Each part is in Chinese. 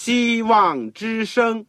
希望之声。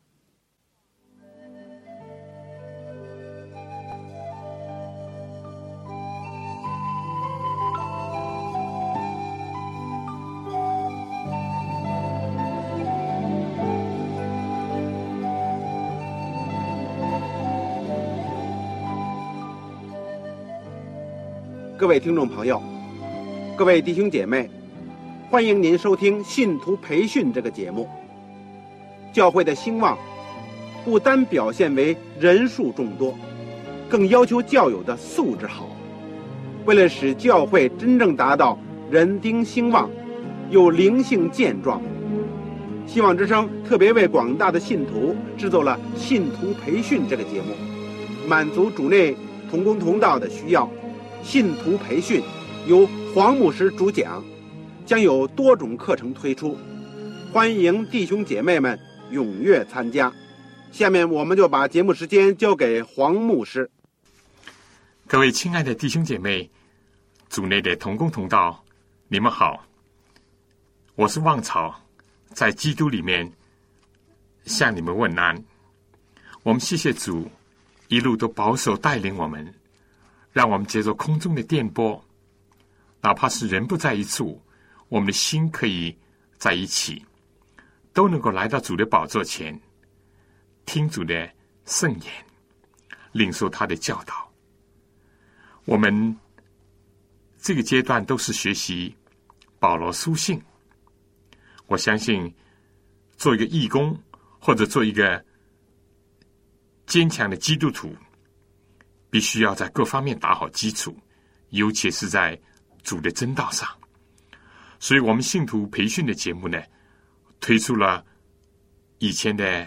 各位听众朋友，各位弟兄姐妹，欢迎您收听信徒培训这个节目。教会的兴旺不单表现为人数众多，更要求教友的素质好。为了使教会真正达到人丁兴旺又灵性健壮，希望之声特别为广大的信徒制作了信徒培训这个节目，满足主内同工同道的需要。信徒培训由黄牧师主讲，将有多种课程推出，欢迎弟兄姐妹们踊跃参加。下面我们就把节目时间交给黄牧师。 各位亲爱的弟兄姐妹，主内的同工同道，你们好，我是旺草，在基督里面向你们问安。我们谢谢主一路都保守带领我们，让我们接受空中的电波，哪怕是人不在一处，我们的心可以在一起，都能够来到主的宝座前，听主的圣言，领受他的教导。我们这个阶段都是学习保罗书信。我相信做一个义工，或者做一个坚强的基督徒，必须要在各方面打好基础，尤其是在主的真道上。所以我们信徒培训的节目呢，推出了以前的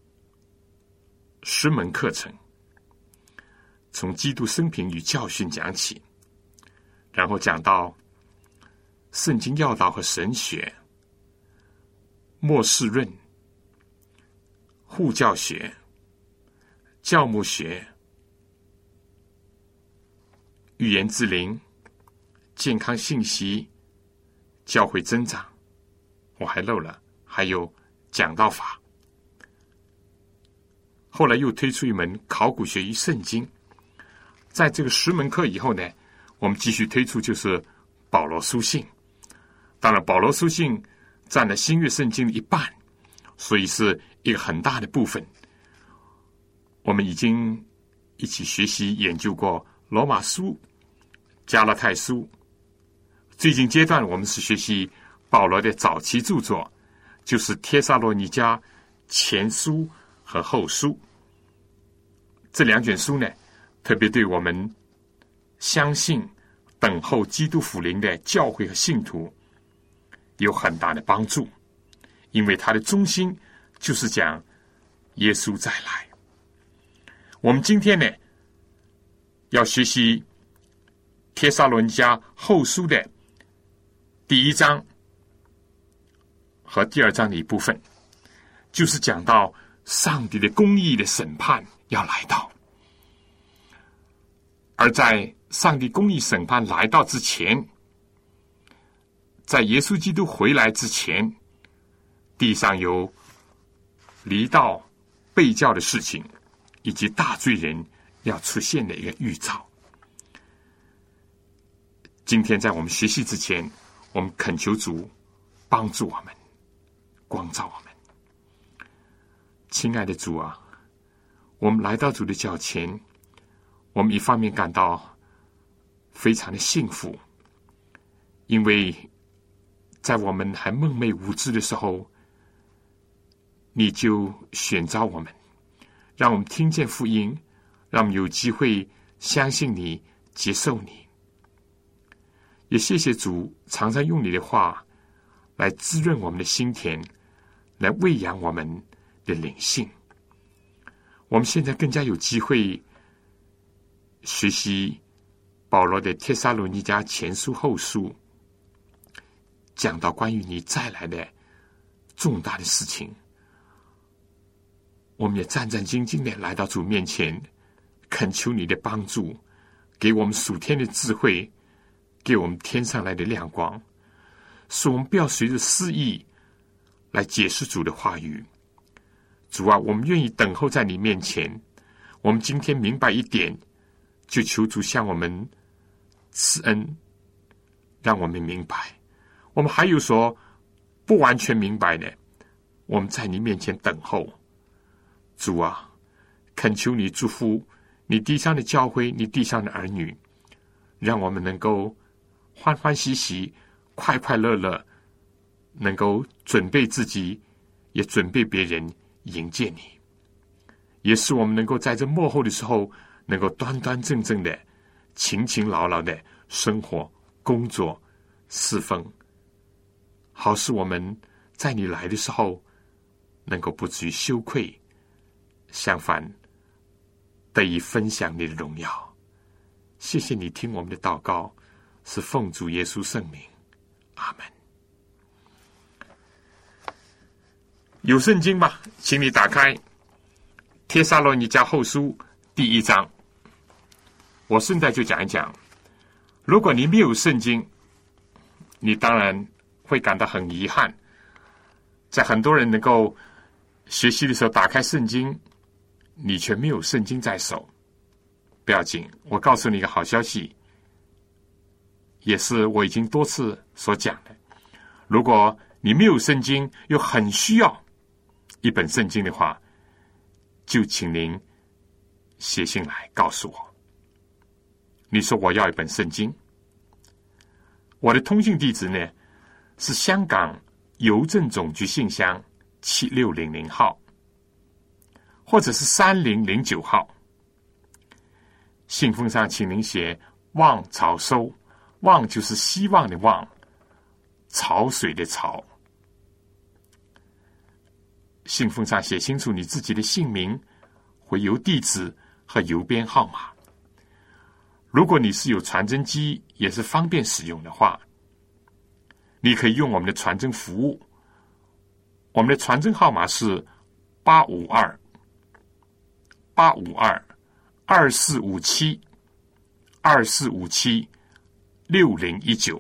10门课程，从基督生平与教训讲起，然后讲到圣经要道和神学、末世论、护教学、教牧学、语言之灵、健康信息、教会增长，我还漏了，还有讲道法。后来又推出一门考古学与圣经。在这个10门课以后呢，我们继续推出就是保罗书信。当然保罗书信占了新约圣经的一半，所以是一个很大的部分。我们已经一起学习研究过罗马书、加拉太书。最近阶段我们是学习保罗的早期著作，就是帖撒罗尼迦前书和后书。这2卷书呢，特别对我们相信等候基督复临的教会和信徒有很大的帮助，因为它的中心就是讲耶稣再来。我们今天呢，要学习帖撒罗尼迦后书的第1章和第2章的一部分，就是讲到上帝的公义的审判要来到。而在上帝公义审判来到之前，在耶稣基督回来之前，地上有离道背教的事情，以及大罪人要出现的一个预兆。今天在我们学习之前，我们恳求主帮助我们，光照我们。亲爱的主啊，我们来到主的脚前，我们一方面感到非常的幸福，因为在我们还梦寐无知的时候，你就选召我们，让我们听见福音，让我们有机会相信你，接受你。也谢谢主常常用你的话来滋润我们的心田，来喂养我们的灵性。我们现在更加有机会学习保罗的帖撒罗尼迦前书后书，讲到关于你再来的重大的事情。我们也战战兢兢地来到主面前，恳求你的帮助，给我们属天的智慧，给我们天上来的亮光，使我们不要随着私意来解释主的话语。主啊，我们愿意等候在你面前。我们今天明白一点，就求主向我们赐恩，让我们明白。我们还有所不完全明白的，我们在你面前等候。主啊，恳求你祝福你地上的教会，你地上的儿女，让我们能够欢欢喜喜、快快乐乐，能够准备自己，也准备别人迎接你。也使我们能够在这末后的时候，能够端端正正的、勤勤劳劳的生活、工作、侍奉，好使我们在你来的时候，能够不至于羞愧，相反得以分享你的荣耀。谢谢你听我们的祷告，是奉主耶稣圣名，阿门。有圣经吗？请你打开帖撒罗尼迦后书第1章。我顺带就讲一讲，如果你没有圣经，你当然会感到很遗憾。在很多人能够学习的时候打开圣经，你却没有圣经在手。不要紧，我告诉你一个好消息，也是我已经多次所讲的。如果你没有圣经，又很需要一本圣经的话，就请您写信来告诉我。你说我要一本圣经，我的通信地址呢是香港邮政总局信箱7600号，或者是3009号。信封上请您写望潮收，望就是希望的望，潮水的潮。信封上写清楚你自己的姓名、回邮地址和邮编号码。如果你是有传真机，也是方便使用的话，你可以用我们的传真服务。我们的传真号码是852-2457-2457-6019。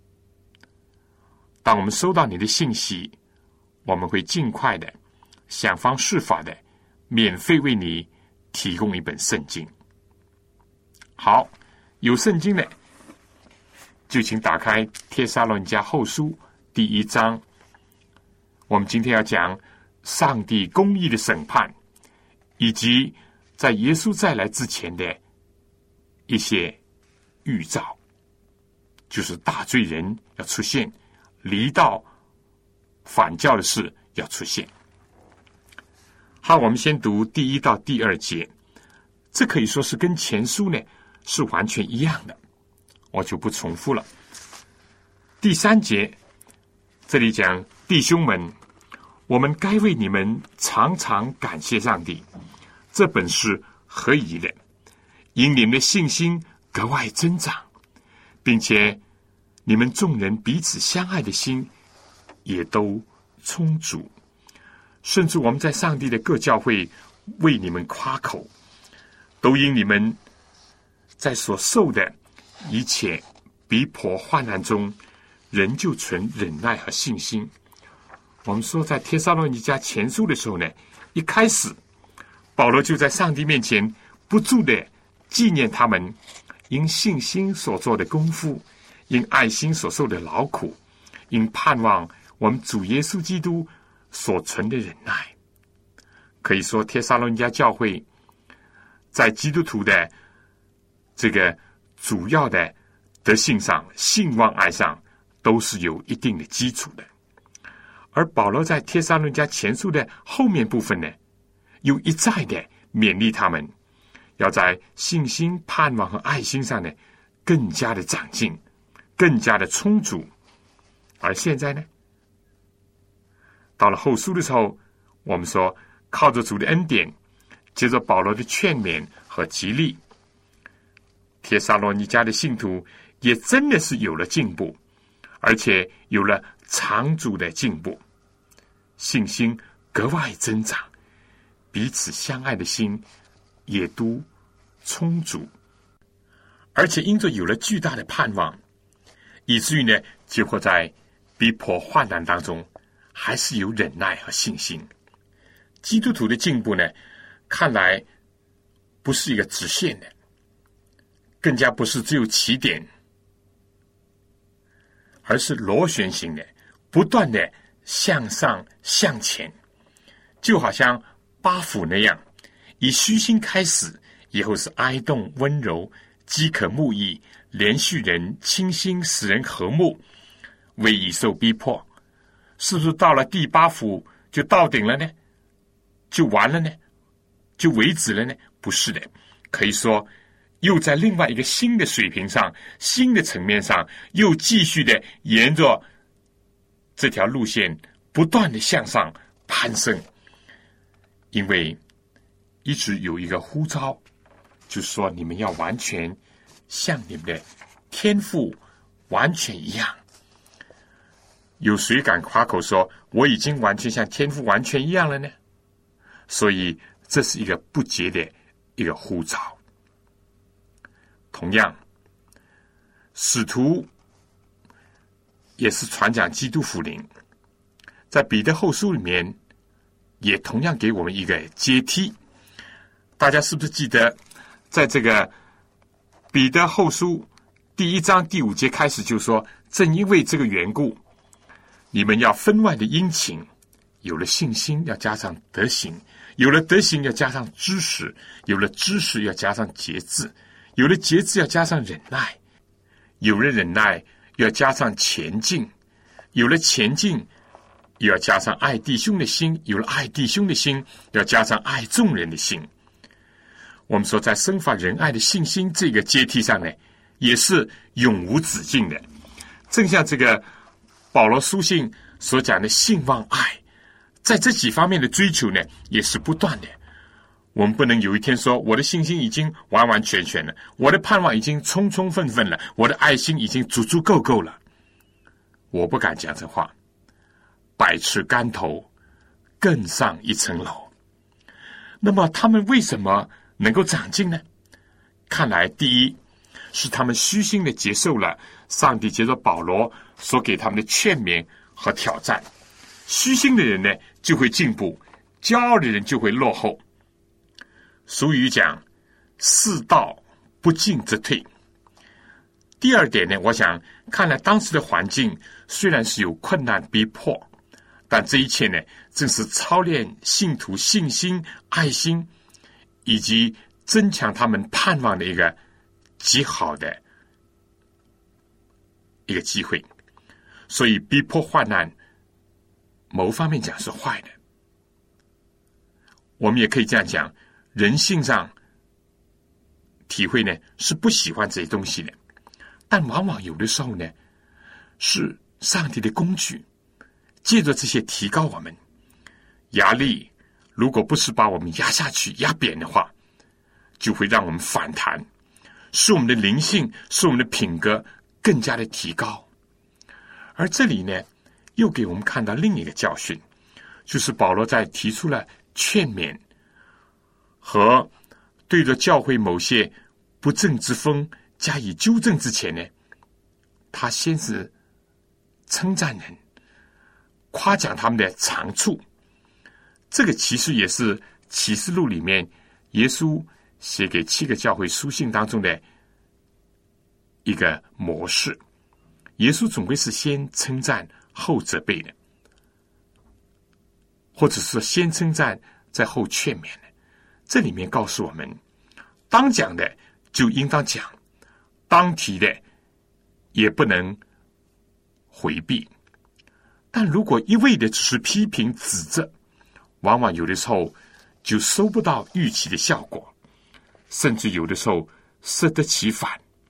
当我们收到你的信息，我们会尽快的想方设法的免费为你提供一本圣经。好，有圣经的就请打开帖撒罗尼迦后书第1章。我们今天要讲上帝公义的审判，以及在耶稣再来之前的一些预兆，就是大罪人要出现，离道反教的事要出现。好，我们先读第1到第2节，这可以说是跟前书呢是完全一样的，我就不重复了。第3节这里讲，弟兄们，我们该为你们常常感谢上帝，这本是合宜的，因你们的信心格外增长，并且你们众人彼此相爱的心也都充足，甚至我们在上帝的各教会为你们夸口，都因你们在所受的一切逼迫患难中，仍旧存忍耐和信心。我们说在帖撒罗尼迦前书的时候呢，一开始保罗就在上帝面前不住的纪念他们因信心所做的功夫，因爱心所受的劳苦，因盼望我们主耶稣基督所存的忍耐。可以说帖撒罗尼迦教会在基督徒的这个主要的德性上、信望爱上都是有一定的基础的。而保罗在帖撒罗尼迦前书的后面部分呢，又一再的勉励他们要在信心、盼望和爱心上呢更加的长进，更加的充足。而现在呢，到了后书的时候，我们说靠着主的恩典，接着保罗的劝勉和激励，帖撒罗尼迦的信徒也真的是有了进步，而且有了长足的进步，信心格外增长，彼此相爱的心也都充足，而且因着有了巨大的盼望，以至于呢，结果在逼迫患难当中还是有忍耐和信心。基督徒的进步呢，看来不是一个直线的，更加不是只有起点，而是螺旋形的，不断的向上向前，就好像八福那样，以虚心开始，以后是哀动温柔，饥渴慕义，连续人，清心，使人和睦，为已受逼迫。是不是到了第八福就到顶了呢？就完了呢？就为止了呢？不是的，可以说又在另外一个新的水平上，新的层面上，又继续的沿着这条路线不断的向上攀升。因为一直有一个呼召，就是说你们要完全像你们的天父完全一样。有谁敢夸口说我已经完全像天父完全一样了呢？所以这是一个不竭的一个呼召。同样，使徒也是传讲基督福音，在彼得后书里面也同样给我们一个阶梯。大家是不是记得在这个彼得后书第1章第5节开始就说，正因为这个缘故，你们要分外的殷勤，有了信心要加上德行，有了德行要加上知识，有了知识要加上节制，有了节制要加上忍耐，有了忍耐要加上前进，有了前进又要加上爱弟兄的心，有了爱弟兄的心要加上爱众人的心。我们说在生发仁爱的信心这个阶梯上呢，也是永无止境的。正像这个保罗书信所讲的信望爱，在这几方面的追求呢，也是不断的。我们不能有一天说我的信心已经完完全全了，我的盼望已经充充分分了，我的爱心已经足足够够了。我不敢讲这话。百尺竿头更上一层楼。那么他们为什么能够长进呢？看来第一是他们虚心的接受了上帝借着保罗所给他们的劝勉和挑战。虚心的人呢就会进步，骄傲的人就会落后。俗语讲世道不进则退。第二点呢，我想看来当时的环境虽然是有困难逼迫，但这一切呢正是操练信徒信心、爱心以及增强他们盼望的一个极好的一个机会。所以逼迫患难某方面讲是坏的，我们也可以这样讲，人性上体会呢是不喜欢这些东西的，但往往有的时候呢是上帝的工具，借着这些提高我们。压力如果不是把我们压下去压扁的话，就会让我们反弹，使我们的灵性，使我们的品格更加的提高。而这里呢又给我们看到另一个教训，就是保罗在提出了劝勉和对着教会某些不正之风加以纠正之前呢，他先是称赞人，夸奖他们的长处。这个其实也是启示录里面耶稣写给7个教会书信当中的一个模式。耶稣总归是先称赞后责备的，或者是先称赞再后劝勉的。这里面告诉我们，当讲的就应当讲，当提的也不能回避。但如果一味的只是批评指责，往往有的时候就收不到预期的效果，甚至有的时候适得其反。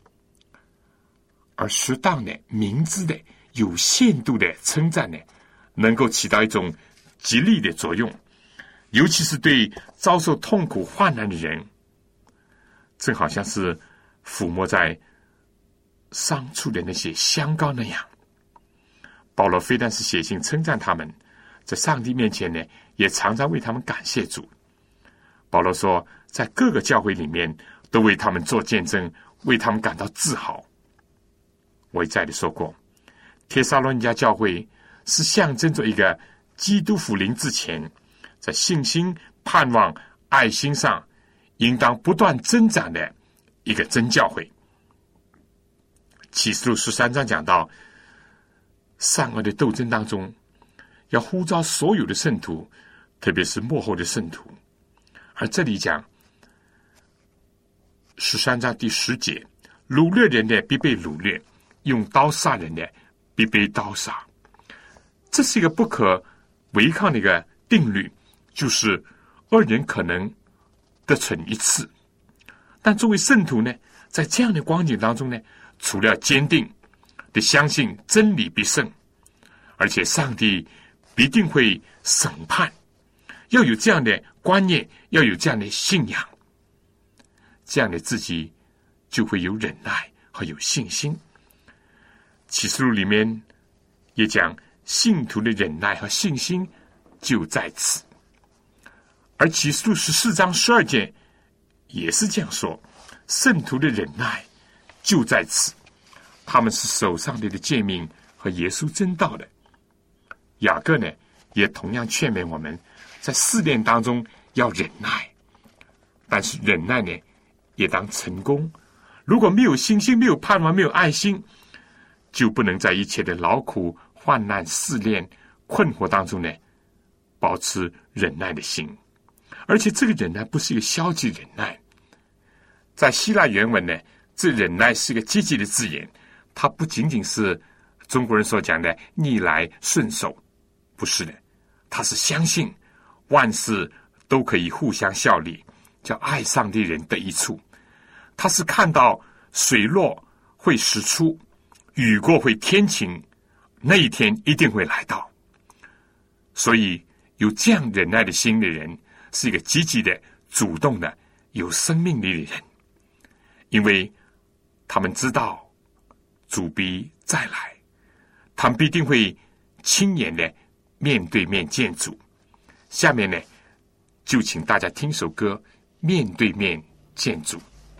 而适当的、明智的、有限度的称赞呢，能够起到一种激励的作用，尤其是对遭受痛苦患难的人，正好像是抚摸在伤处的那些香膏那样。保罗非但是写信称赞他们，在上帝面前呢，也常常为他们感谢主。保罗说，在各个教会里面都为他们做见证，为他们感到自豪。我一再的说过，帖撒罗尼迦教会是象征着一个基督复临之前，在信心、盼望、爱心上应当不断增长的一个真教会。启示录13章讲到，善恶的斗争当中，要呼召所有的圣徒，特别是末后的圣徒。而这里讲13章第10节，掳掠人的必被掳掠，用刀杀人的必被刀杀。这是一个不可违抗的一个定律，就是恶人可能得逞一次，但作为圣徒呢，在这样的光景当中呢，除了坚定的相信真理必胜，而且上帝必定会审判，要有这样的观念，要有这样的信仰，这样的自己就会有忍耐和有信心。启示录里面也讲，信徒的忍耐和信心就在此。而启示录14章12节也是这样说，圣徒的忍耐就在此，他们是守上帝的诫命和耶稣真道的。雅各呢，也同样劝勉我们，在试炼当中要忍耐，但是忍耐呢，也当成功。如果没有信心，没有盼望，没有爱心，就不能在一切的劳苦、患难、试炼、困惑当中呢，保持忍耐的心。而且这个忍耐不是一个消极忍耐，在希腊原文呢，这忍耐是一个积极的字眼，它不仅仅是中国人所讲的逆来顺受，不是的，它是相信万事都可以互相效力，叫爱上帝人得益处。它是看到水落会石出，雨过会天晴，那一天一定会来到。所以有这样忍耐的心的人，是一个积极的、主动的、有生命力的人，因为他们知道主必再来，他们必定会亲眼的面对面见主。下面呢，就请大家听首歌《面对面见主》。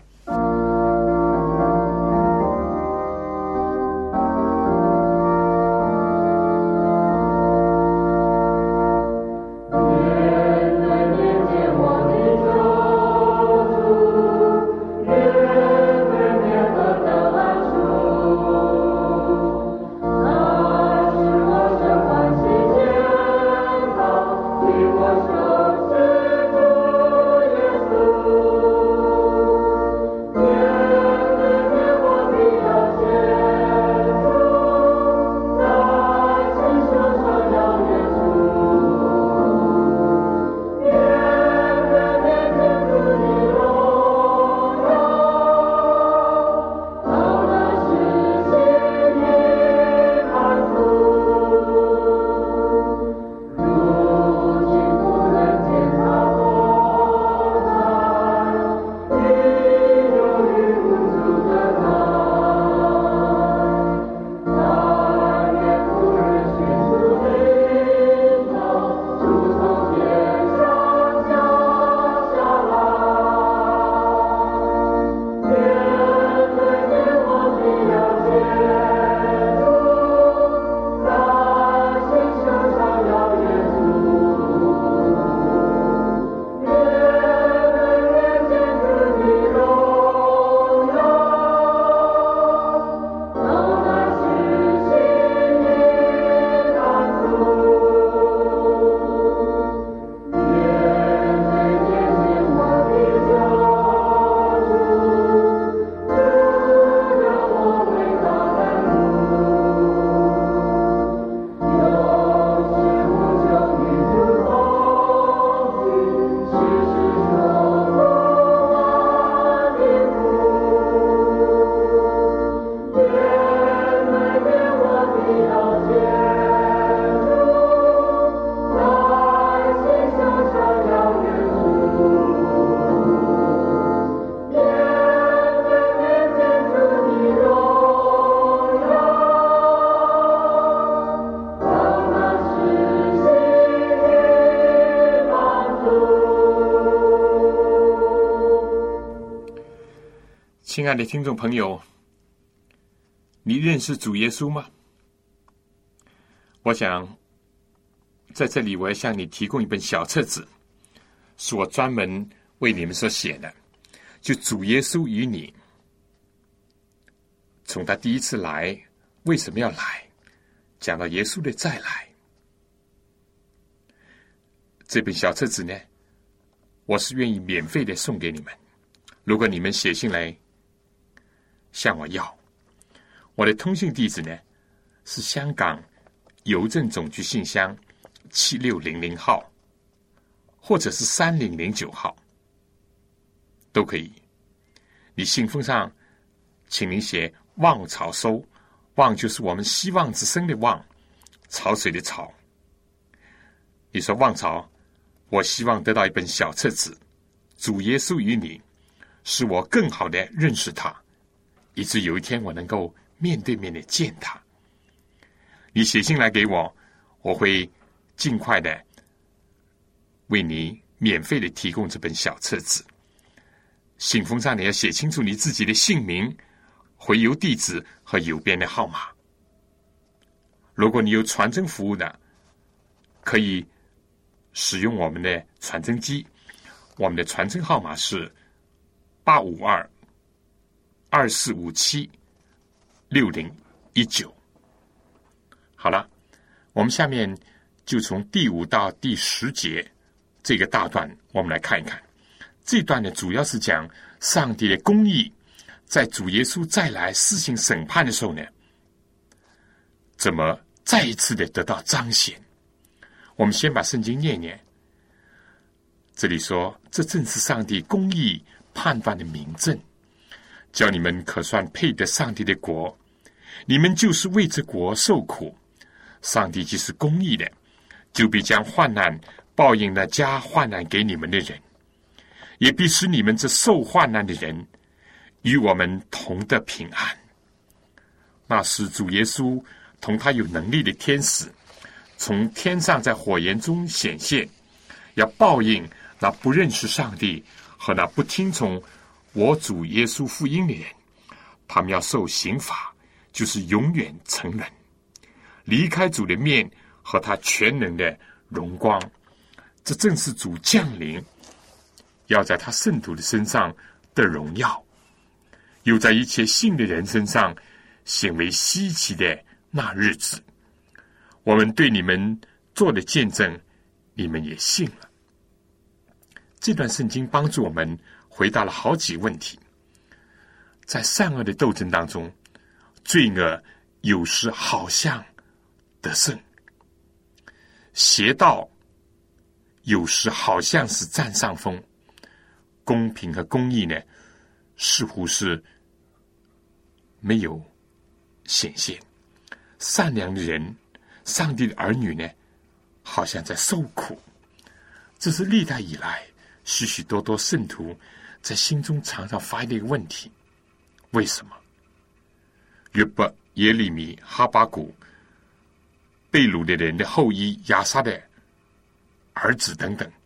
亲爱的听众朋友，你认识主耶稣吗？我想在这里我要向你提供一本小册子，是我专门为你们所写的，就主耶稣与你，从他第一次来为什么要来，讲到耶稣的再来。这本小册子呢，我是愿意免费的送给你们，如果你们写信来向我要。我的通信地址呢是香港邮政总局信箱7600号，或者是3009号，都可以。你信封上请您写望潮收，望就是我们希望之声的望，潮水的潮。你说望潮，我希望得到一本小册子，主耶稣与你，使我更好的认识他，以致有一天我能够面对面的见他。你写信来给我，我会尽快的为你免费的提供这本小册子。信封上你要写清楚你自己的姓名、回邮地址和邮编的号码。如果你有传真服务的，可以使用我们的传真机，我们的传真号码是852-2457-6019。好了，我们下面就从第5到第10节这个大段，我们来看一看。这段呢，主要是讲上帝的公义在主耶稣再来施行审判的时候呢，怎么再一次的得到彰显。我们先把圣经念念。这里说，这正是上帝公义判断的明证，叫你们可算配得上帝的国，你们就是为这国受苦。上帝既是公义的，就必将患难报应那加患难给你们的人，也必使你们这受患难的人与我们同得平安。那时主耶稣同他有能力的天使从天上在火焰中显现，要报应那不认识上帝和那不听从我主耶稣福音的人，他们要受刑罚，就是永远沉沦，离开主的面和他全能的荣光。这正是主降临，要在他圣徒的身上的荣耀，又在一切信的人身上显为稀奇的那日子。我们对你们做的见证，你们也信了。这段圣经帮助我们回答了好几个问题。在善恶的斗争当中，罪恶有时好像得胜，邪道有时好像是占上风，公平和公义呢，似乎是没有显现。善良的人，上帝的儿女呢，好像在受苦。这是历代以来许许多多圣徒在心中常常发现的一个问题。为什么约伯、耶利米、哈巴谷、被掳的人的后裔亚撒的儿子等等，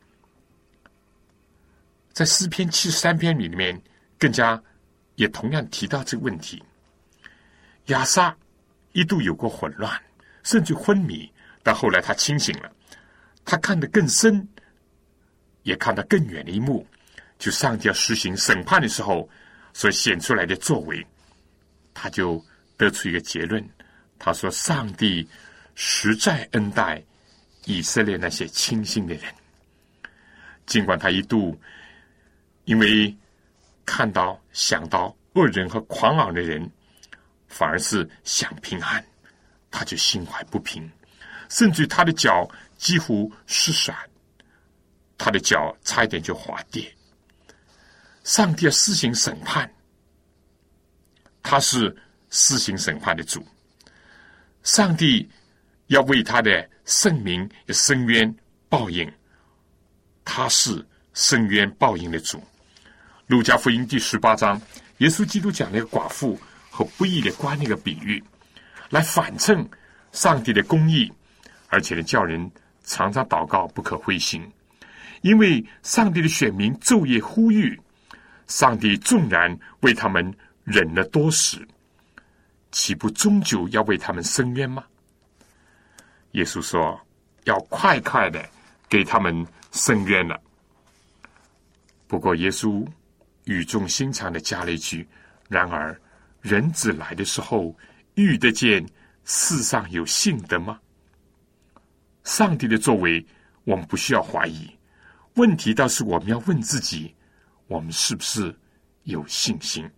在诗篇73篇里面更加也同样提到这个问题。亚撒一度有过混乱，甚至昏迷，但后来他清醒了，他看得更深，也看得更远的一幕，就上帝要实行审判的时候所显出来的作为。他就得出一个结论，他说上帝实在恩待以色列那些清心的人，尽管他一度因为看到想到恶人和狂傲的人，反而是想平安，他就心怀不平，甚至他的脚几乎失闪，他的脚差一点就滑跌。上帝要施行审判，他是施行审判的主，上帝要为他的圣名伸冤报应，他是伸冤报应的主。路加福音第18章，耶稣基督讲那个寡妇和不义的官那个比喻，来反衬上帝的公义，而且呢，叫人常常祷告不可灰心，因为上帝的选民昼夜呼吁，上帝纵然为他们忍了多时，岂不终究要为他们伸冤吗？耶稣说要快快的给他们伸冤了。不过耶稣语重心长的加了一句：然而人子来的时候，遇得见世上有信的吗？上帝的作为我们不需要怀疑，问题倒是我们要问自己，我们是不是有信心？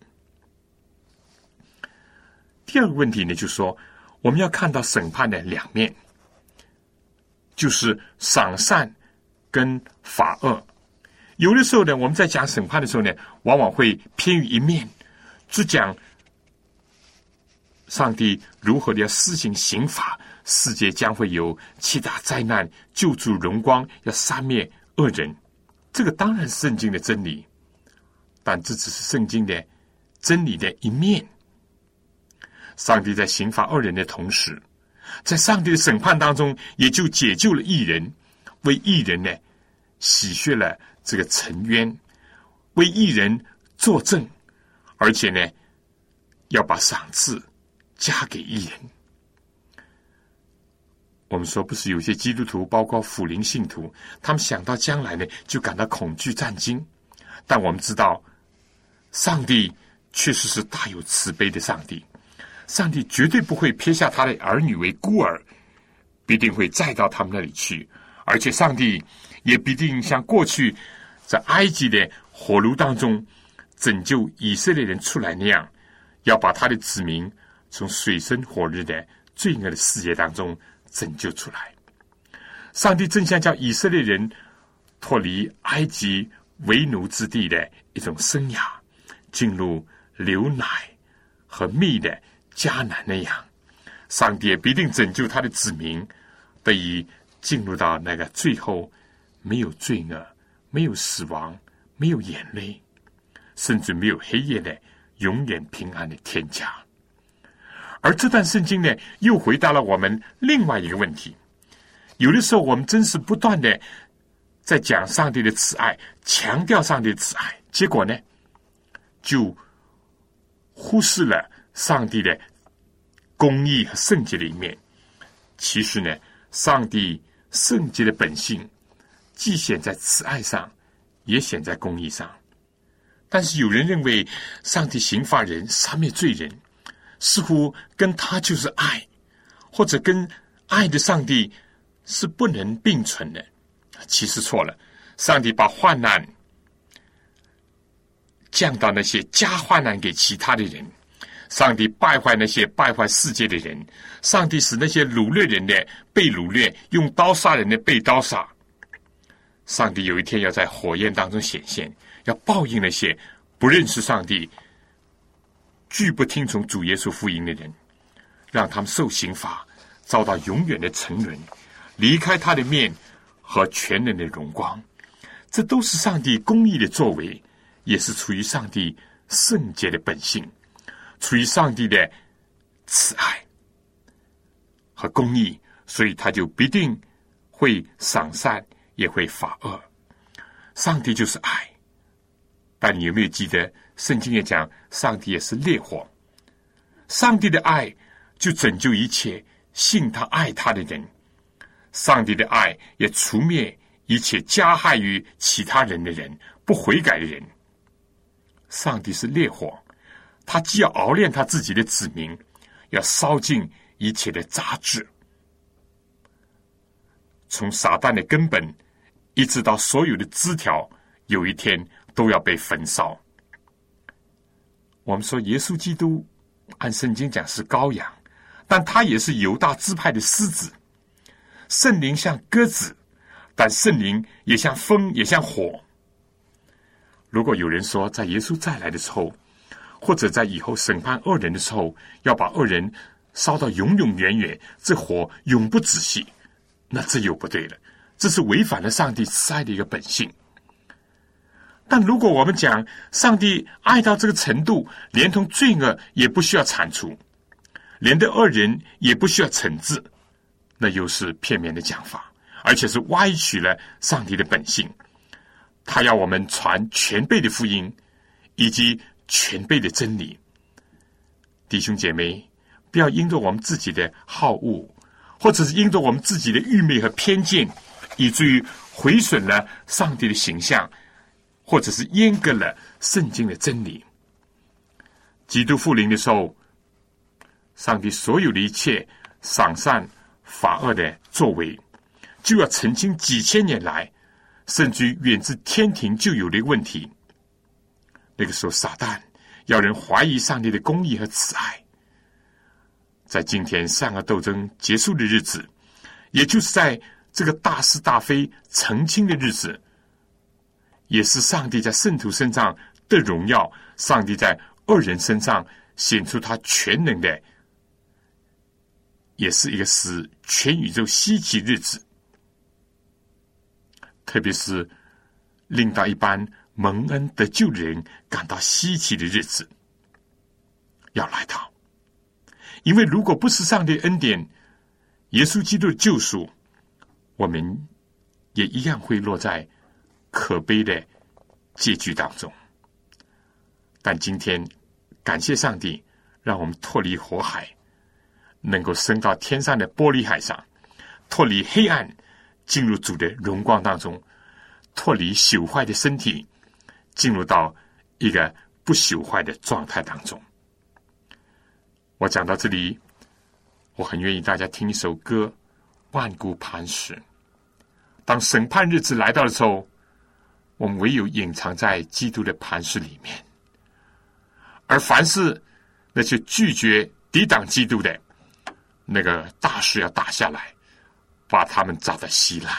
第二个问题呢，就是说我们要看到审判的两面，就是赏善跟罚恶。有的时候呢，我们在讲审判的时候呢，往往会偏于一面，只讲上帝如何的要施行刑罚，世界将会有7大灾难，救主荣光，要杀灭恶人。这个当然是圣经的真理，但这只是圣经的真理的一面。上帝在刑罚恶人的同时，在上帝的审判当中，也就解救了义人，为义人呢洗却了这个尘冤，为义人作证，而且呢要把赏赐加给义人。我们说，不是有些基督徒，包括辅灵信徒，他们想到将来呢就感到恐惧战惊，但我们知道上帝确实是大有慈悲的上帝，上帝绝对不会撇下他的儿女为孤儿，必定会载到他们那里去，而且上帝也必定像过去在埃及的火炉当中拯救以色列人出来那样，要把他的子民从水深火热的罪恶的世界当中拯救出来。上帝正想叫以色列人脱离埃及为奴之地的一种生涯，进入流奶和蜜的迦南那样，上帝也必定拯救他的子民，得以进入到那个最后没有罪恶、没有死亡、没有眼泪，甚至没有黑夜的永远平安的天家。而这段圣经呢，又回答了我们另外一个问题。有的时候我们真是不断的在讲上帝的慈爱，强调上帝的慈爱，结果呢就忽视了上帝的公义和圣洁的一面。其实呢，上帝圣洁的本性既显在慈爱上，也显在公义上。但是有人认为上帝刑罚人、杀灭罪人，似乎跟他就是爱，或者跟爱的上帝是不能并存的。其实错了，上帝把患难降到那些加患难给其他的人，上帝败坏那些败坏世界的人，上帝使那些掳掠人的被掳掠，用刀杀人的被刀杀。上帝有一天要在火焰当中显现，要报应那些不认识上帝、拒不听从主耶稣福音的人，让他们受刑罚，遭到永远的沉沦，离开他的面和全能的荣光。这都是上帝公义的作为，也是出于上帝圣洁的本性，出于上帝的慈爱和公义，所以他就必定会赏善，也会罚恶。上帝就是爱，但你有没有记得圣经也讲，上帝也是烈火。上帝的爱就拯救一切信他爱他的人，上帝的爱也除灭一切加害于其他人的人、不悔改的人。上帝是烈火，他既要熬炼他自己的子民，要烧尽一切的杂质，从撒旦的根本一直到所有的枝条，有一天都要被焚烧。我们说耶稣基督按圣经讲是羔羊，但他也是犹大支派的狮子。圣灵像鸽子，但圣灵也像风，也像火。如果有人说在耶稣再来的时候，或者在以后审判恶人的时候，要把恶人烧到永永远远，这火永不止息，那这又不对了，这是违反了上帝慈爱的一个本性。但如果我们讲上帝爱到这个程度，连同罪恶也不需要铲除，连对恶人也不需要惩治，那又是片面的讲法，而且是歪曲了上帝的本性。他要我们传全备的福音，以及全备的真理。弟兄姐妹，不要因着我们自己的好恶， 或者是因着我们自己的愚昧和偏见，以至于毁损了上帝的形象，或者是阉割了圣经的真理。基督复临的时候，上帝所有的一切赏善罚恶的作为，就要澄清几千年来甚至于远自天庭就有的问题。那个时候撒旦要人怀疑上帝的公义和慈爱。在今天善恶斗争结束的日子，也就是在这个大是大非澄清的日子，也是上帝在圣徒身上的荣耀，上帝在恶人身上显出他全能的，也是一个使全宇宙稀奇日子。特别是令到一般蒙恩得救的人感到稀奇的日子要来到。因为如果不是上帝恩典，耶稣基督的救赎，我们也一样会落在可悲的结局当中。但今天感谢上帝，让我们脱离火海，能够升到天上的玻璃海上，脱离黑暗，进入主的荣光当中，脱离朽坏的身体，进入到一个不朽坏的状态当中。我讲到这里，我很愿意大家听一首歌《万古磐石》。当审判日子来到的时候，我们唯有隐藏在基督的磐石里面，而凡是那些拒绝抵挡基督的，那个大石要打下来，把他们砸得稀烂。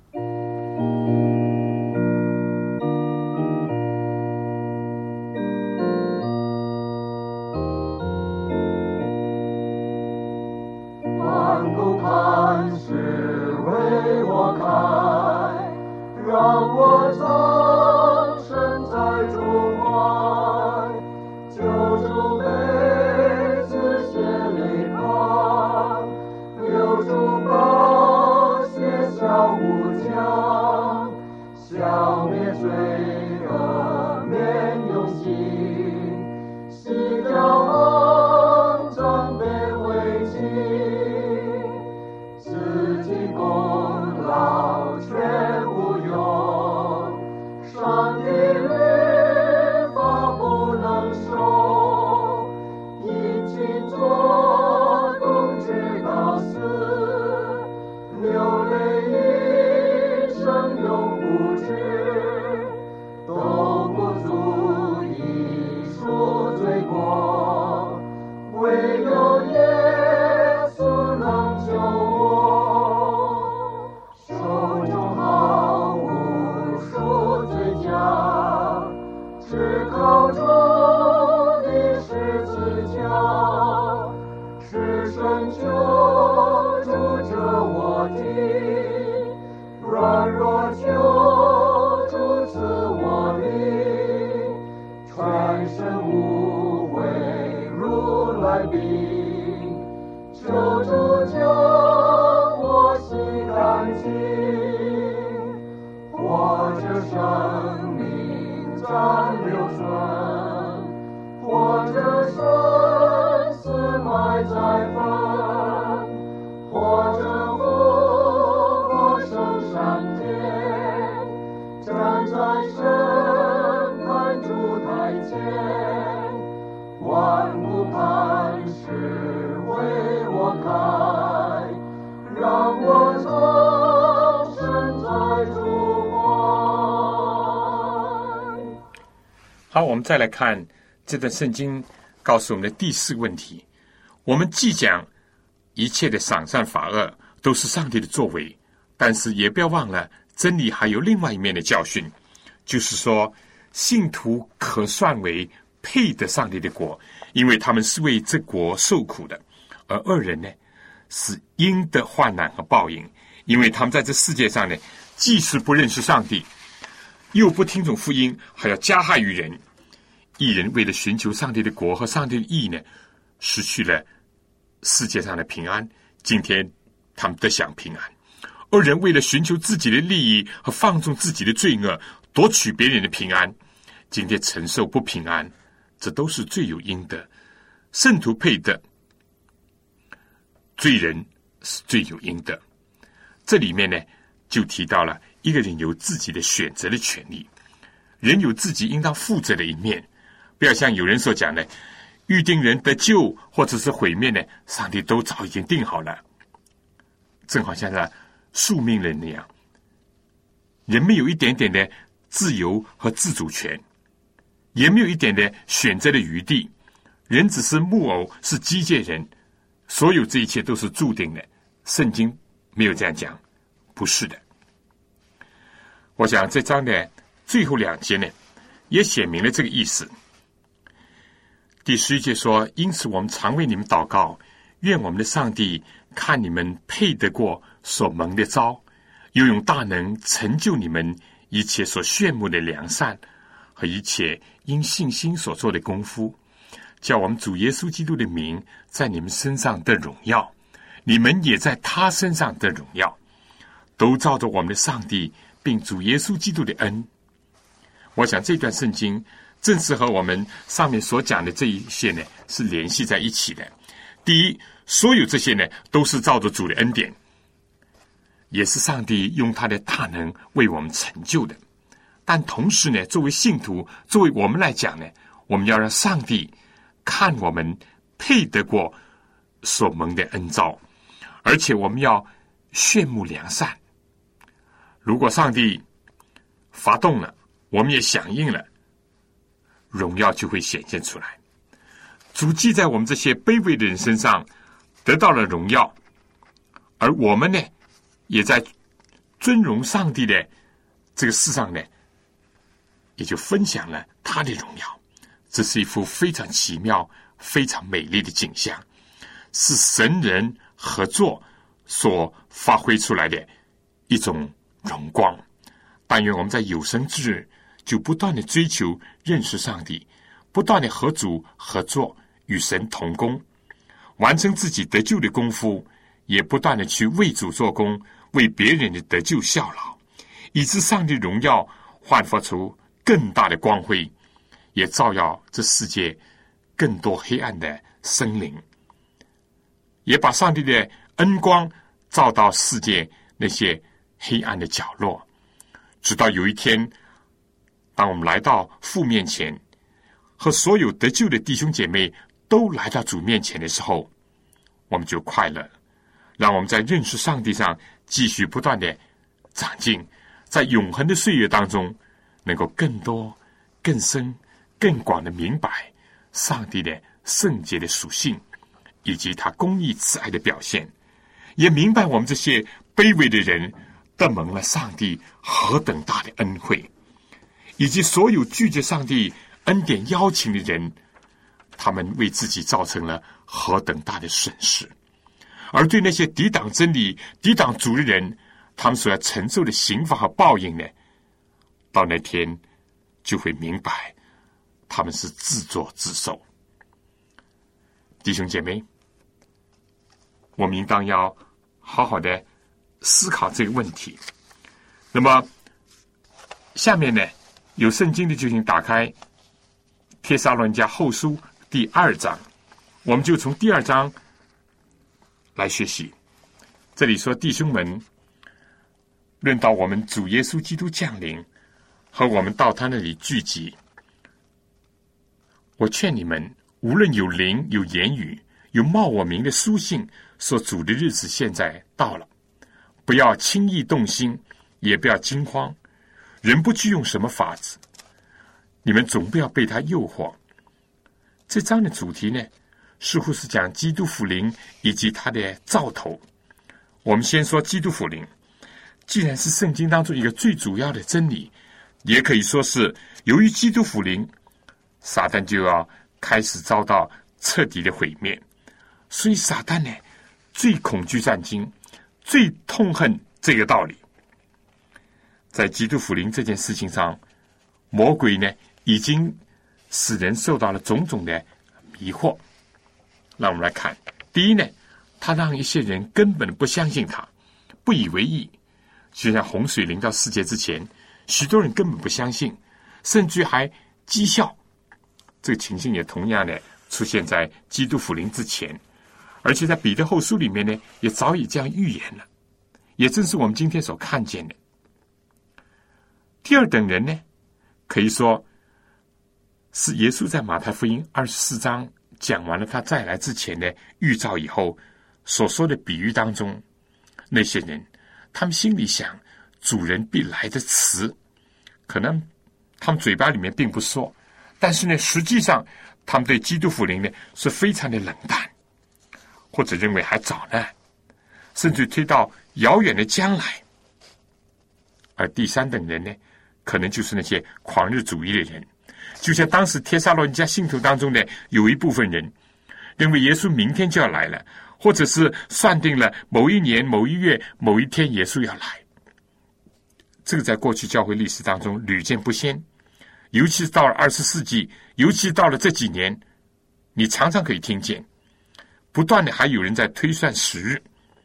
好，我们再来看这段圣经告诉我们的第四个问题。我们既讲一切的赏善罚恶都是上帝的作为，但是也不要忘了真理还有另外一面的教训，就是说信徒可算为配得上帝的国，因为他们是为这国受苦的；而恶人呢，是应得患难和报应，因为他们在这世界上呢，既是不认识上帝，又不听从福音，还要加害于人。义人为了寻求上帝的国和上帝的义呢，失去了世界上的平安，今天他们得享平安。恶人为了寻求自己的利益和放纵自己的罪恶，夺取别人的平安，今天承受不平安，这都是罪有应得。圣徒配得，罪人是罪有应得。这里面呢，就提到了一个人有自己的选择的权利，人有自己应当负责的一面，不要像有人所讲的，预定人得救或者是毁灭呢，上帝都早已经定好了，正好像是宿命论那样，人没有一点点的自由和自主权，也没有一点的选择的余地，人只是木偶，是机械人，所有这一切都是注定的。圣经没有这样讲，不是的。我想这章的最后2节呢，也显明了这个意思。第11节说，因此我们常为你们祷告，愿我们的上帝看你们配得过所蒙的召，又用大能成就你们一切所羡慕的良善和一切因信心所做的功夫，叫我们主耶稣基督的名在你们身上得荣耀，你们也在他身上得荣耀，都照着我们的上帝并主耶稣基督的恩。我想这段圣经正是和我们上面所讲的这一些呢是联系在一起的。第一，所有这些呢都是照着主的恩典，也是上帝用他的大能为我们成就的。但同时呢，作为信徒，作为我们来讲呢，我们要让上帝看我们配得过所蒙的恩召，而且我们要炫目良善。如果上帝发动了，我们也响应了，荣耀就会显现出来。主既在我们这些卑微的人身上得到了荣耀，而我们呢，也在尊荣上帝的这个事上呢，也就分享了他的荣耀。这是一幅非常奇妙、非常美丽的景象，是神人合作所发挥出来的一种荣光。但愿我们在有生之日就不断的追求认识上帝，不断的和主合作，与神同工，完成自己得救的功夫，也不断的去为主做工，为别人的得救效劳，以致上帝荣耀焕发出更大的光辉，也照耀这世界更多黑暗的生灵，也把上帝的恩光照到世界那些黑暗的角落。直到有一天，当我们来到父面前，和所有得救的弟兄姐妹都来到主面前的时候，我们就快乐。让我们在认识上帝上继续不断的长进，在永恒的岁月当中，能够更多、更深、更广的明白上帝的圣洁的属性，以及他公义慈爱的表现，也明白我们这些卑微的人得蒙了上帝何等大的恩惠，以及所有拒绝上帝恩典邀请的人，他们为自己造成了何等大的损失。而对那些抵挡真理、抵挡主的人，他们所要承受的刑罚和报应呢，到那天就会明白他们是自作自受。弟兄姐妹，我们应当要好好的思考这个问题。那么下面呢，有圣经的就请打开帖撒罗尼迦后书第2章，我们就从第2章来学习。这里说，弟兄们，论到我们主耶稣基督降临和我们到他那里聚集，我劝你们，无论有灵、有言语、有冒我名的书信，说主的日子现在到了，不要轻易动心，也不要惊慌。人不去用什么法子，你们总不要被他诱惑。这章的主题呢，似乎是讲基督复临以及他的兆头。我们先说基督复临，既然是圣经当中一个最主要的真理，也可以说是由于基督复临，撒旦就要开始遭到彻底的毁灭。所以撒旦呢，最恐惧战经，最痛恨这个道理。在基督复临这件事情上，魔鬼呢已经使人受到了种种的迷惑。让我们来看，第一呢，他让一些人根本不相信他，不以为意。就像洪水临到世界之前，许多人根本不相信，甚至还讥笑。这个情形也同样的出现在基督复临之前。 而且在彼得后书里面呢，也早已这样预言了，也正是我们今天所看见的。第二等人呢，可以说是耶稣在马太福音24章讲完了他再来之前的预兆以后所说的比喻当中，那些人他们心里想主人必来的词，可能他们嘴巴里面并不说，但是呢，实际上他们对基督福临呢是非常的冷淡，或者认为还早呢，甚至推到遥远的将来。而第三等人呢，可能就是那些狂热主义的人，就像当时帖撒罗尼迦信徒当中的有一部分人认为耶稣明天就要来了，或者是算定了某一年某一月某一天耶稣要来。这个在过去教会历史当中屡见不鲜，尤其是到了20世纪，尤其到了这几年，你常常可以听见不断的还有人在推算时日。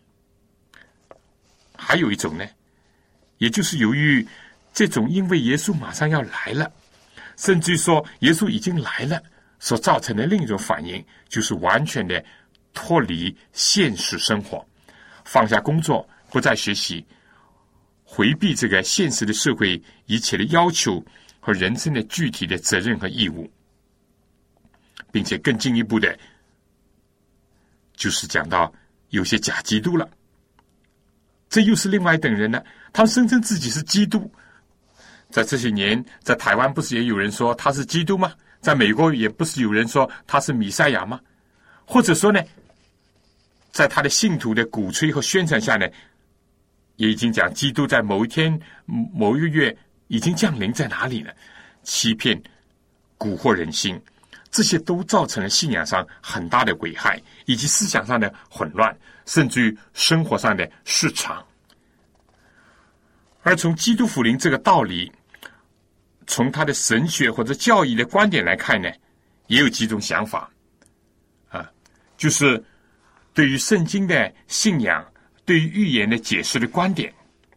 还有一种呢，也就是由于这种因为耶稣马上要来了，甚至于说耶稣已经来了所造成的另一种反应，就是完全的脱离现实生活，放下工作，不再学习，回避这个现实的社会一切的要求和人生的具体的责任和义务，并且更进一步的就是讲到有些假基督了。这又是另外一等人呢，他们声称自己是基督。在这些年，在台湾不是也有人说他是基督吗？在美国也不是有人说他是弥赛亚吗？或者说呢，在他的信徒的鼓吹和宣传下呢，也已经讲基督在某一天某一个月已经降临在哪里了，欺骗蛊惑人心，这些都造成了信仰上很大的危害，以及思想上的混乱，甚至于生活上的失常。而从基督福临这个道理，从他的神学或者教义的观点来看呢，也有几种想法就是对于圣经的信仰，对于预言的解释的观点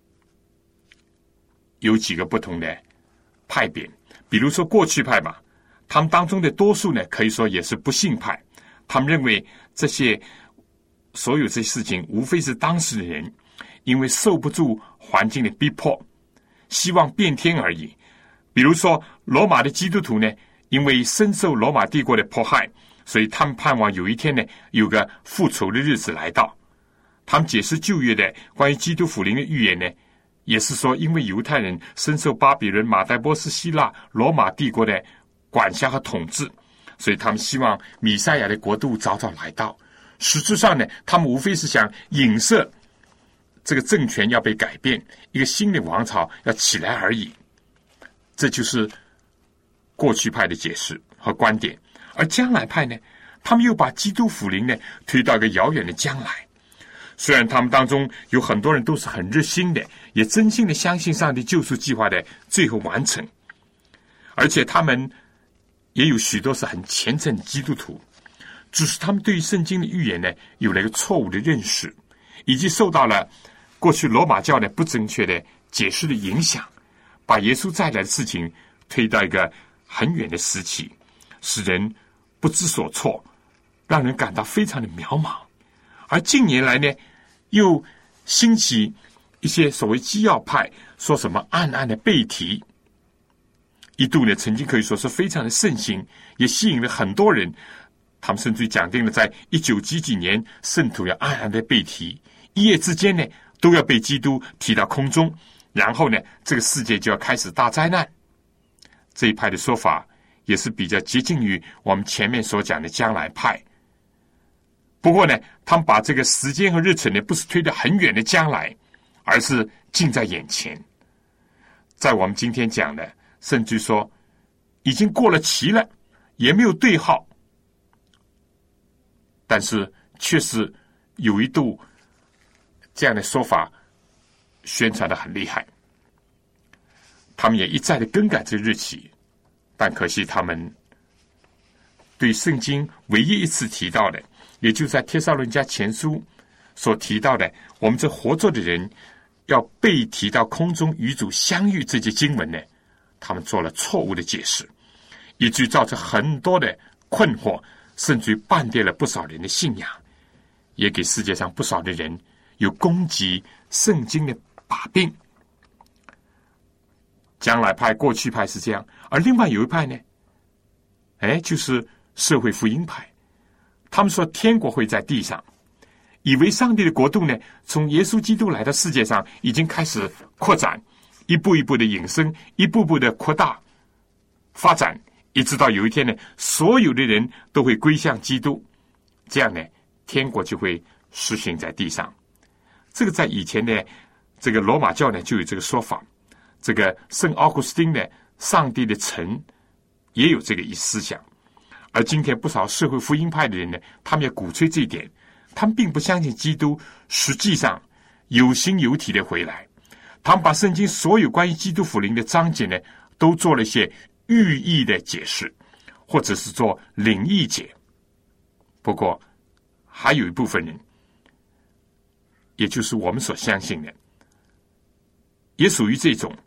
有几个不同的派别。比如说过去派吧，他们当中的多数呢，可以说也是不信派，他们认为所有这些事情无非是当时的人因为受不住环境的逼迫，希望变天而已。比如说罗马的基督徒呢，因为深受罗马帝国的迫害，所以他们盼望有一天呢，有个复仇的日子来到。他们解释旧约的关于基督福临的预言呢，也是说因为犹太人深受巴比伦、马代波斯、希腊、罗马帝国的管辖和统治，所以他们希望弥赛亚的国度早早来到。实质上呢，他们无非是想影射这个政权要被改变，一个新的王朝要起来而已。这就是过去派的解释和观点。而将来派呢，他们又把基督福临呢推到一个遥远的将来。虽然他们当中有很多人都是很热心的，也真心的相信上帝救赎计划的最后完成，而且他们也有许多是很虔诚的基督徒，只是他们对于圣经的预言呢有了一个错误的认识，以及受到了过去罗马教的不正确的解释的影响，把耶稣再来的事情推到一个很远的时期，使人不知所措，让人感到非常的渺茫。而近年来呢，又兴起一些所谓基要派，说什么暗暗的背题，一度呢曾经可以说是非常的盛行，也吸引了很多人。他们甚至讲定了在19几年圣徒要暗暗的背题，一夜之间呢都要被基督提到空中，然后呢这个世界就要开始大灾难。这一派的说法也是比较接近于我们前面所讲的将来派。不过呢，他们把这个时间和日程呢不是推得很远的将来，而是近在眼前。在我们今天讲的，甚至说已经过了期了，也没有对号，但是确实有一度这样的说法宣传得很厉害。他们也一再的更改这个日期，但可惜他们对圣经唯一一次提到的，也就在帖撒罗尼迦前书所提到的，我们这活着的人要被提到空中与主相遇这节经文呢，他们做了错误的解释，以至于造成很多的困惑，甚至于绊跌了不少人的信仰。 也给世界上不少的人有攻击圣经的把柄。将来派、过去派是这样，而另外有一派呢，就是社会福音派。他们说天国会在地上，以为上帝的国度呢，从耶稣基督来到世界上已经开始扩展，一步一步的引申，一步步的扩大发展，一直到有一天呢，所有的人都会归向基督，这样呢，天国就会实行在地上。这个在以前的这个罗马教呢就有这个说法，这个圣奥古斯丁的上帝的城也有这个思想。而今天不少社会福音派的人呢，他们也鼓吹这一点，他们并不相信基督实际上有形有体的回来，他们把圣经所有关于基督复临的章节呢，都做了一些寓意的解释，或者是做灵意解。不过还有一部分人，也就是我们所相信的，也属于这种，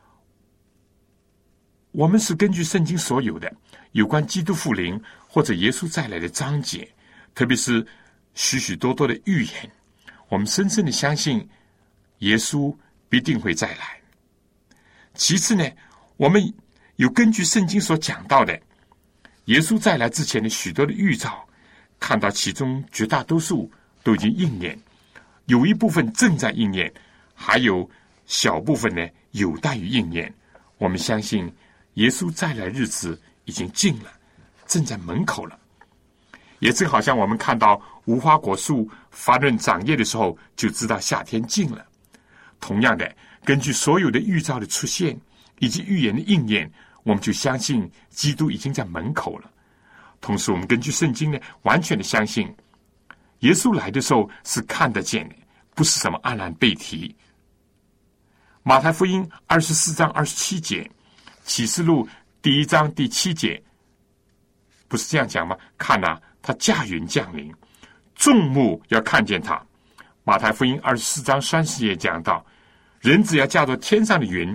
我们是根据圣经所有的有关基督复临或者耶稣再来的章节，特别是许许多多的预言，我们深深的相信耶稣必定会再来。其次呢，我们有根据圣经所讲到的耶稣再来之前的许多的预兆，看到其中绝大多数都已经应验，有一部分正在应验，还有小部分呢有待于应验。我们相信耶稣再来日子已经近了，正在门口了。也正好像我们看到无花果树发嫩长叶的时候，就知道夏天近了。同样的，根据所有的预兆的出现以及预言的应验，我们就相信基督已经在门口了。同时我们根据圣经呢，完全的相信耶稣来的时候是看得见的，不是什么暗然背题。马太福音24章27节，启示录1章第7节，不是这样讲吗？看啊，他驾云降临，众目要看见他。马太福音24章30节讲到，人子要驾着天上的云，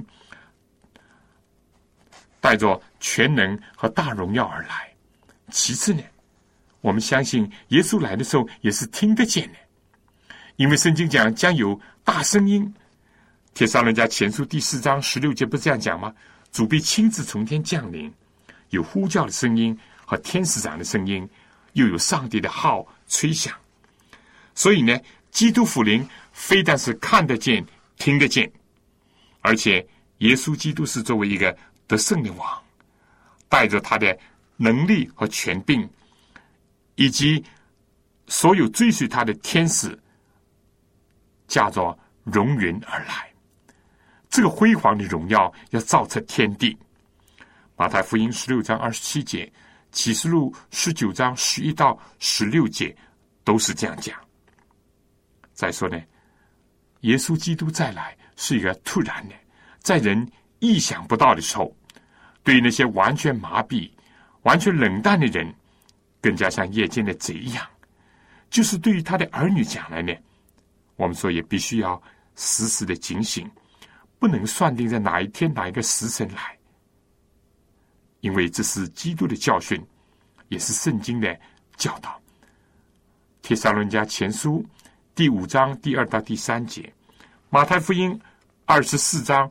带着全能和大荣耀而来。其次呢，我们相信耶稣来的时候也是听得见的，因为圣经讲将有大声音。帖撒罗尼迦前书第4章16节不是这样讲吗？主必亲自从天降临，有呼叫的声音和天使长的声音，又有上帝的号吹响。所以呢，基督复临非但是看得见听得见，而且耶稣基督是作为一个得胜的王，带着他的能力和权柄，以及所有追随他的天使，驾着荣云而来。这个辉煌的荣耀要照彻天地。马太福音16章27节，启示录19章11到16节都是这样讲。再说呢，耶稣基督再来是一个突然的，在人意想不到的时候，对于那些完全麻痹完全冷淡的人，更加像夜间的贼一样。就是对于他的儿女讲来呢，我们说也必须要时时的警醒，不能算定在哪一天哪一个时辰来，因为这是基督的教训，也是圣经的教导。帖撒罗尼迦前书第5章第2到第3节，马太福音24章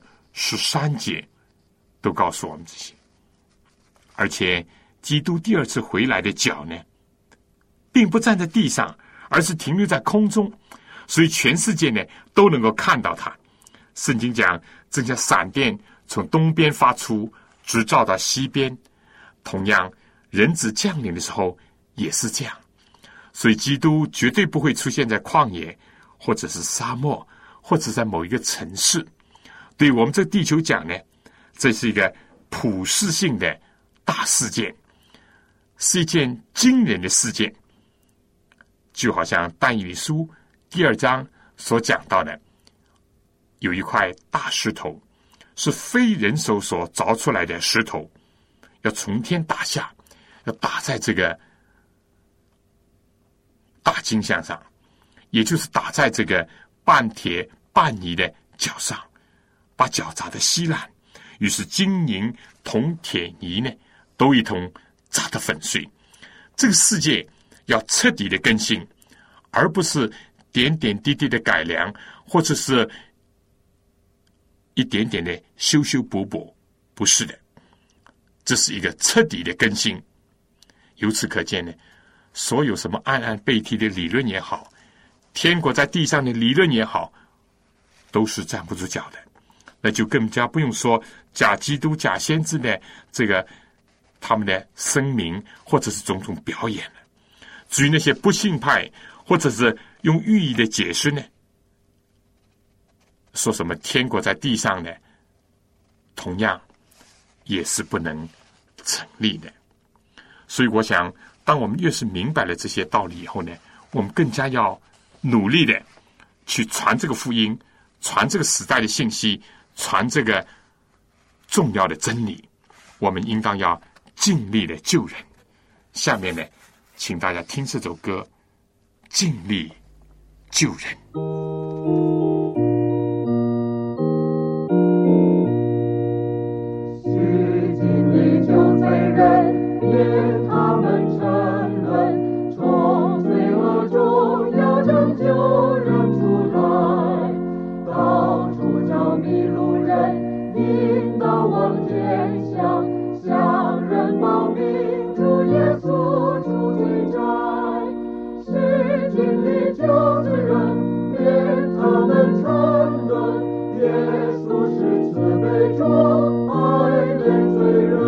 13节都告诉我们这些。而且基督第二次回来的脚呢，并不站在地上，而是停留在空中，所以全世界呢都能够看到他。圣经讲，正像闪电从东边发出，直照到西边。同样，人子降临的时候也是这样。所以基督绝对不会出现在旷野，或者是沙漠，或者在某一个城市。对我们这个地球讲呢，这是一个普世性的大事件，是一件惊人的事件。就好像但以理书第2章所讲到的，有一块大石头，是非人手所凿出来的石头，要从天打下，要打在这个大金像上，也就是打在这个半铁半泥的脚上，把脚砸得稀烂。于是金银铜铁泥呢，都一同砸得粉碎。这个世界要彻底的更新， 而不是点点滴滴的改良，或者是一点点的修修补补。不是的，这是一个彻底的更新。由此可见呢，所有什么暗暗背题的理论也好，天国在地上的理论也好，都是站不住脚的。那就更加不用说假基督、假先知的这个他们的声明或者是种种表演了。至于那些不信派或者是用寓意的解释呢，说什么天国在地上呢，同样也是不能成立的。所以我想，当我们越是明白了这些道理以后呢，我们更加要努力的去传这个福音，传这个时代的信息，传这个重要的真理。我们应当要尽力的救人。下面呢，请大家听这首歌《尽力救人》。 是尽力救罪人，愿他们沉沦，从罪恶中要拯救人出来，到处找迷路人，引导往天乡，向人报名主耶稣出罪债，是尽力救罪人，愿他们沉沦，耶稣是慈悲中爱怜罪人，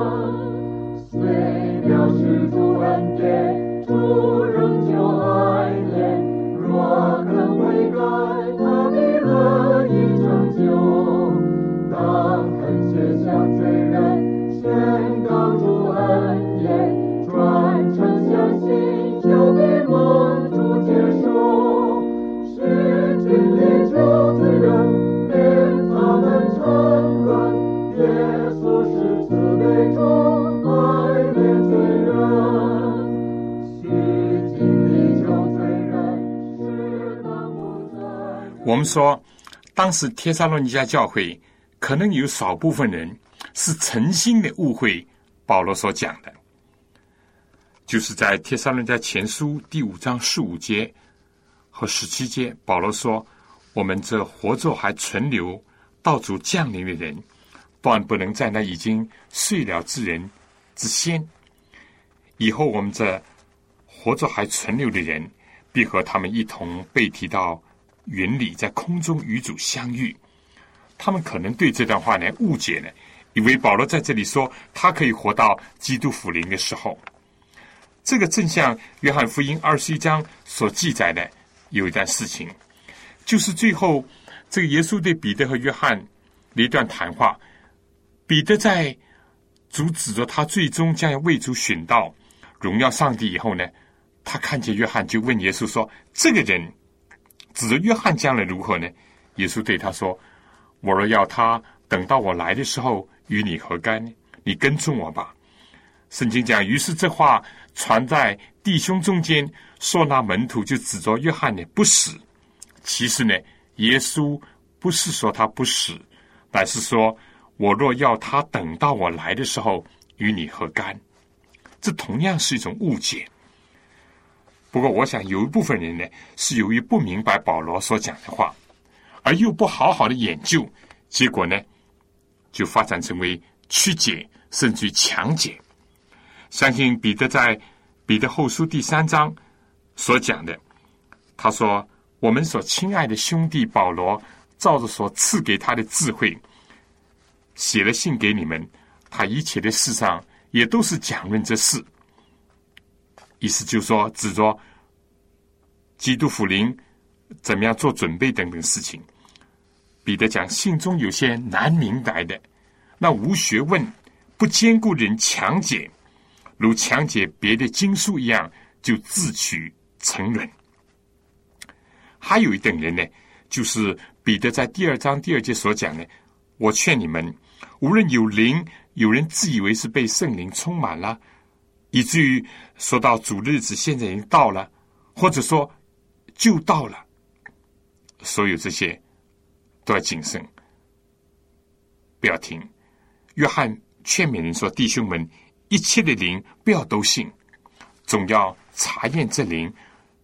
虽表示主恩典，主仍旧爱怜，若肯悔改，他必乐意拯救，当恳切向罪人宣告主恩言，专诚相信就必蒙主接受，是尽力救罪人，愿他们沉沦，耶稣是慈悲中爱怜罪人，是尽力救罪人，是那无罪。 我们说，当时帖撒罗尼迦教会可能有少部分人是诚心的误会保罗所讲的，就是在帖撒罗尼迦前书第5章15节和17节，保罗说：我们这活着还存留到主降临的人，断不能在那已经睡了之人之先。以后我们这活着还存留的人，必和他们一同被提到云里，在空中与主相遇。他们可能对这段话呢误解了，以为保罗在这里说他可以活到基督复临的时候。这个正像约翰福音21章所记载的有一段事情，就是最后这个耶稣对彼得和约翰的一段谈话。彼得在主指着他最终将要为主殉道荣耀上帝以后呢，他看见约翰就问耶稣说，这个人指着约翰将来如何呢？耶稣对他说，我若要他等到我来的时候与你何干呢？你跟从我吧。圣经讲，于是这话传在弟兄中间，说那门徒就指着约翰呢不死。其实呢，耶稣不是说他不死，乃是说我若要他等到我来的时候与你何干。这同样是一种误解。不过我想有一部分人呢，是由于不明白保罗所讲的话，而又不好好的研究，结果呢就发展成为曲解甚至于强解。相信彼得在彼得后书第3章所讲的，他说，我们所亲爱的兄弟保罗照着所赐给他的智慧写了信给你们，他一切的事上也都是讲论这事。意思就是说，指着基督复临怎么样做准备等等事情。彼得讲，信中有些难明白的，那无学问不坚固的人强解，如强解别的经书一样，就自取沉沦。还有一等人呢，就是彼得在第2章第2节所讲的，我劝你们，无论有灵，有人自以为是被圣灵充满了，以至于说到主日子现在已经到了，或者说就到了，所有这些都要谨慎，不要听。约翰劝勉人说，弟兄们，一切的灵不要都信，总要查验这灵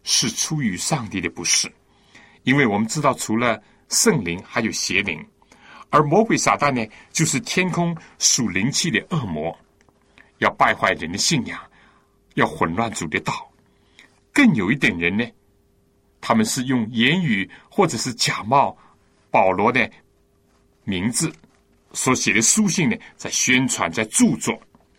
是出于上帝的，不是。因为我们知道，除了圣灵，还有邪灵，而魔鬼撒旦呢，就是天空属灵气的恶魔，要败坏人的信仰，要混乱主的道。更有一点人呢，他们是用言语或者是假冒保罗的名字所写的书信呢，在宣传，在著作，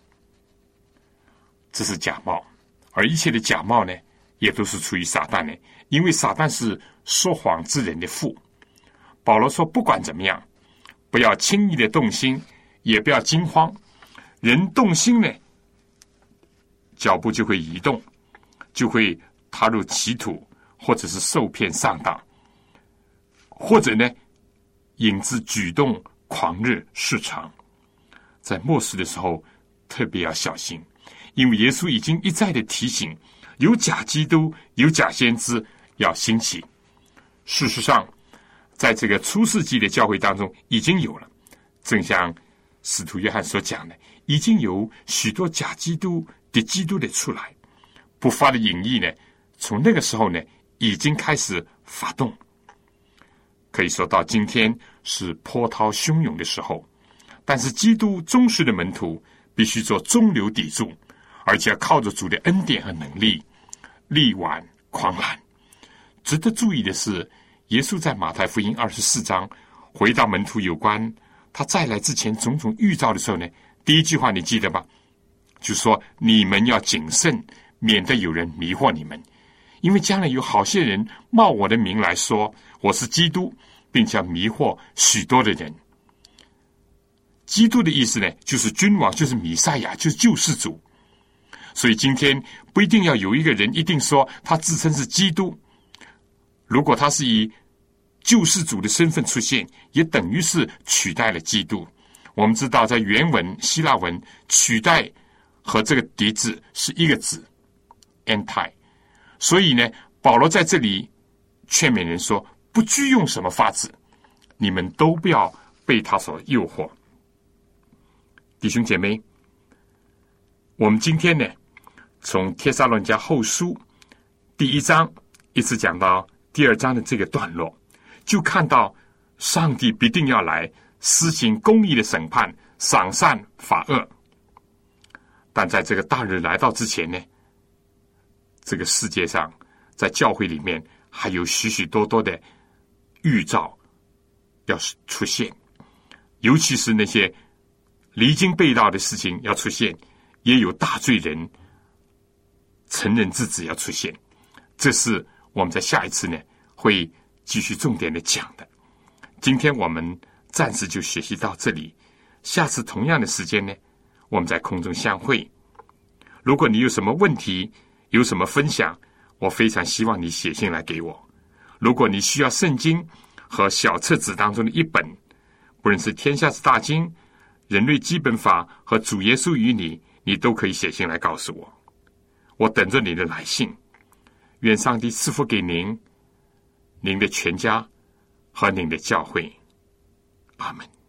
这是假冒。而一切的假冒呢，也都是出于撒旦呢，因为撒旦是说谎之人的父。保罗说，不管怎么样，不要轻易的动心，也不要惊慌。人动心呢，脚步就会移动，就会踏入歧途，或者是受骗上当，或者呢，引致举动狂热失常。在末世的时候，特别要小心，因为耶稣已经一再的提醒，有假基督，有假先知要兴起。事实上，在这个初世纪的教会当中已经有了，正像使徒约翰所讲的，已经有许多假基督的出来。不法的隐意呢，从那个时候呢，已经开始发动。可以说到今天是波涛汹涌的时候，但是基督忠实的门徒必须做中流砥柱，而且要靠着主的恩典和能力力挽狂澜。值得注意的是，耶稣在马太福音24章回到门徒有关他再来之前种种预兆的时候呢，第一句话你记得吧？就说你们要谨慎，免得有人迷惑你们，因为将来有好些人冒我的名来说我是基督，并且迷惑许多的人。基督的意思呢，就是君王，就是弥赛亚，就是救世主。所以今天不一定要有一个人一定说他自称是基督，如果他是以救世主的身份出现，也等于是取代了基督。我们知道在原文希腊文，取代和这个叠字是一个字 anti。 所以呢，保罗在这里劝勉人说，不拘用什么法子，你们都不要被他所诱惑。弟兄姐妹，我们今天呢，从帖撒罗尼迦后书第1章一直讲到第2章的这个段落，就看到上帝必定要来施行公义的审判，赏善罚恶。但在这个大日来到之前呢，这个世界上在教会里面还有许许多多的预兆要出现，尤其是那些离经背道的事情要出现，也有大罪人承认自己要出现。这是我们在下一次呢会继续重点的讲的。今天我们暂时就学习到这里，下次同样的时间呢，我们在空中相会。如果你有什么问题，有什么分享，我非常希望你写信来给我。如果你需要圣经和小册子当中的一本，不论是天下之大经、人类基本法和主耶稣与你，你都可以写信来告诉我，我等着你的来信。愿上帝赐福给您、您的全家和您的教会。阿们。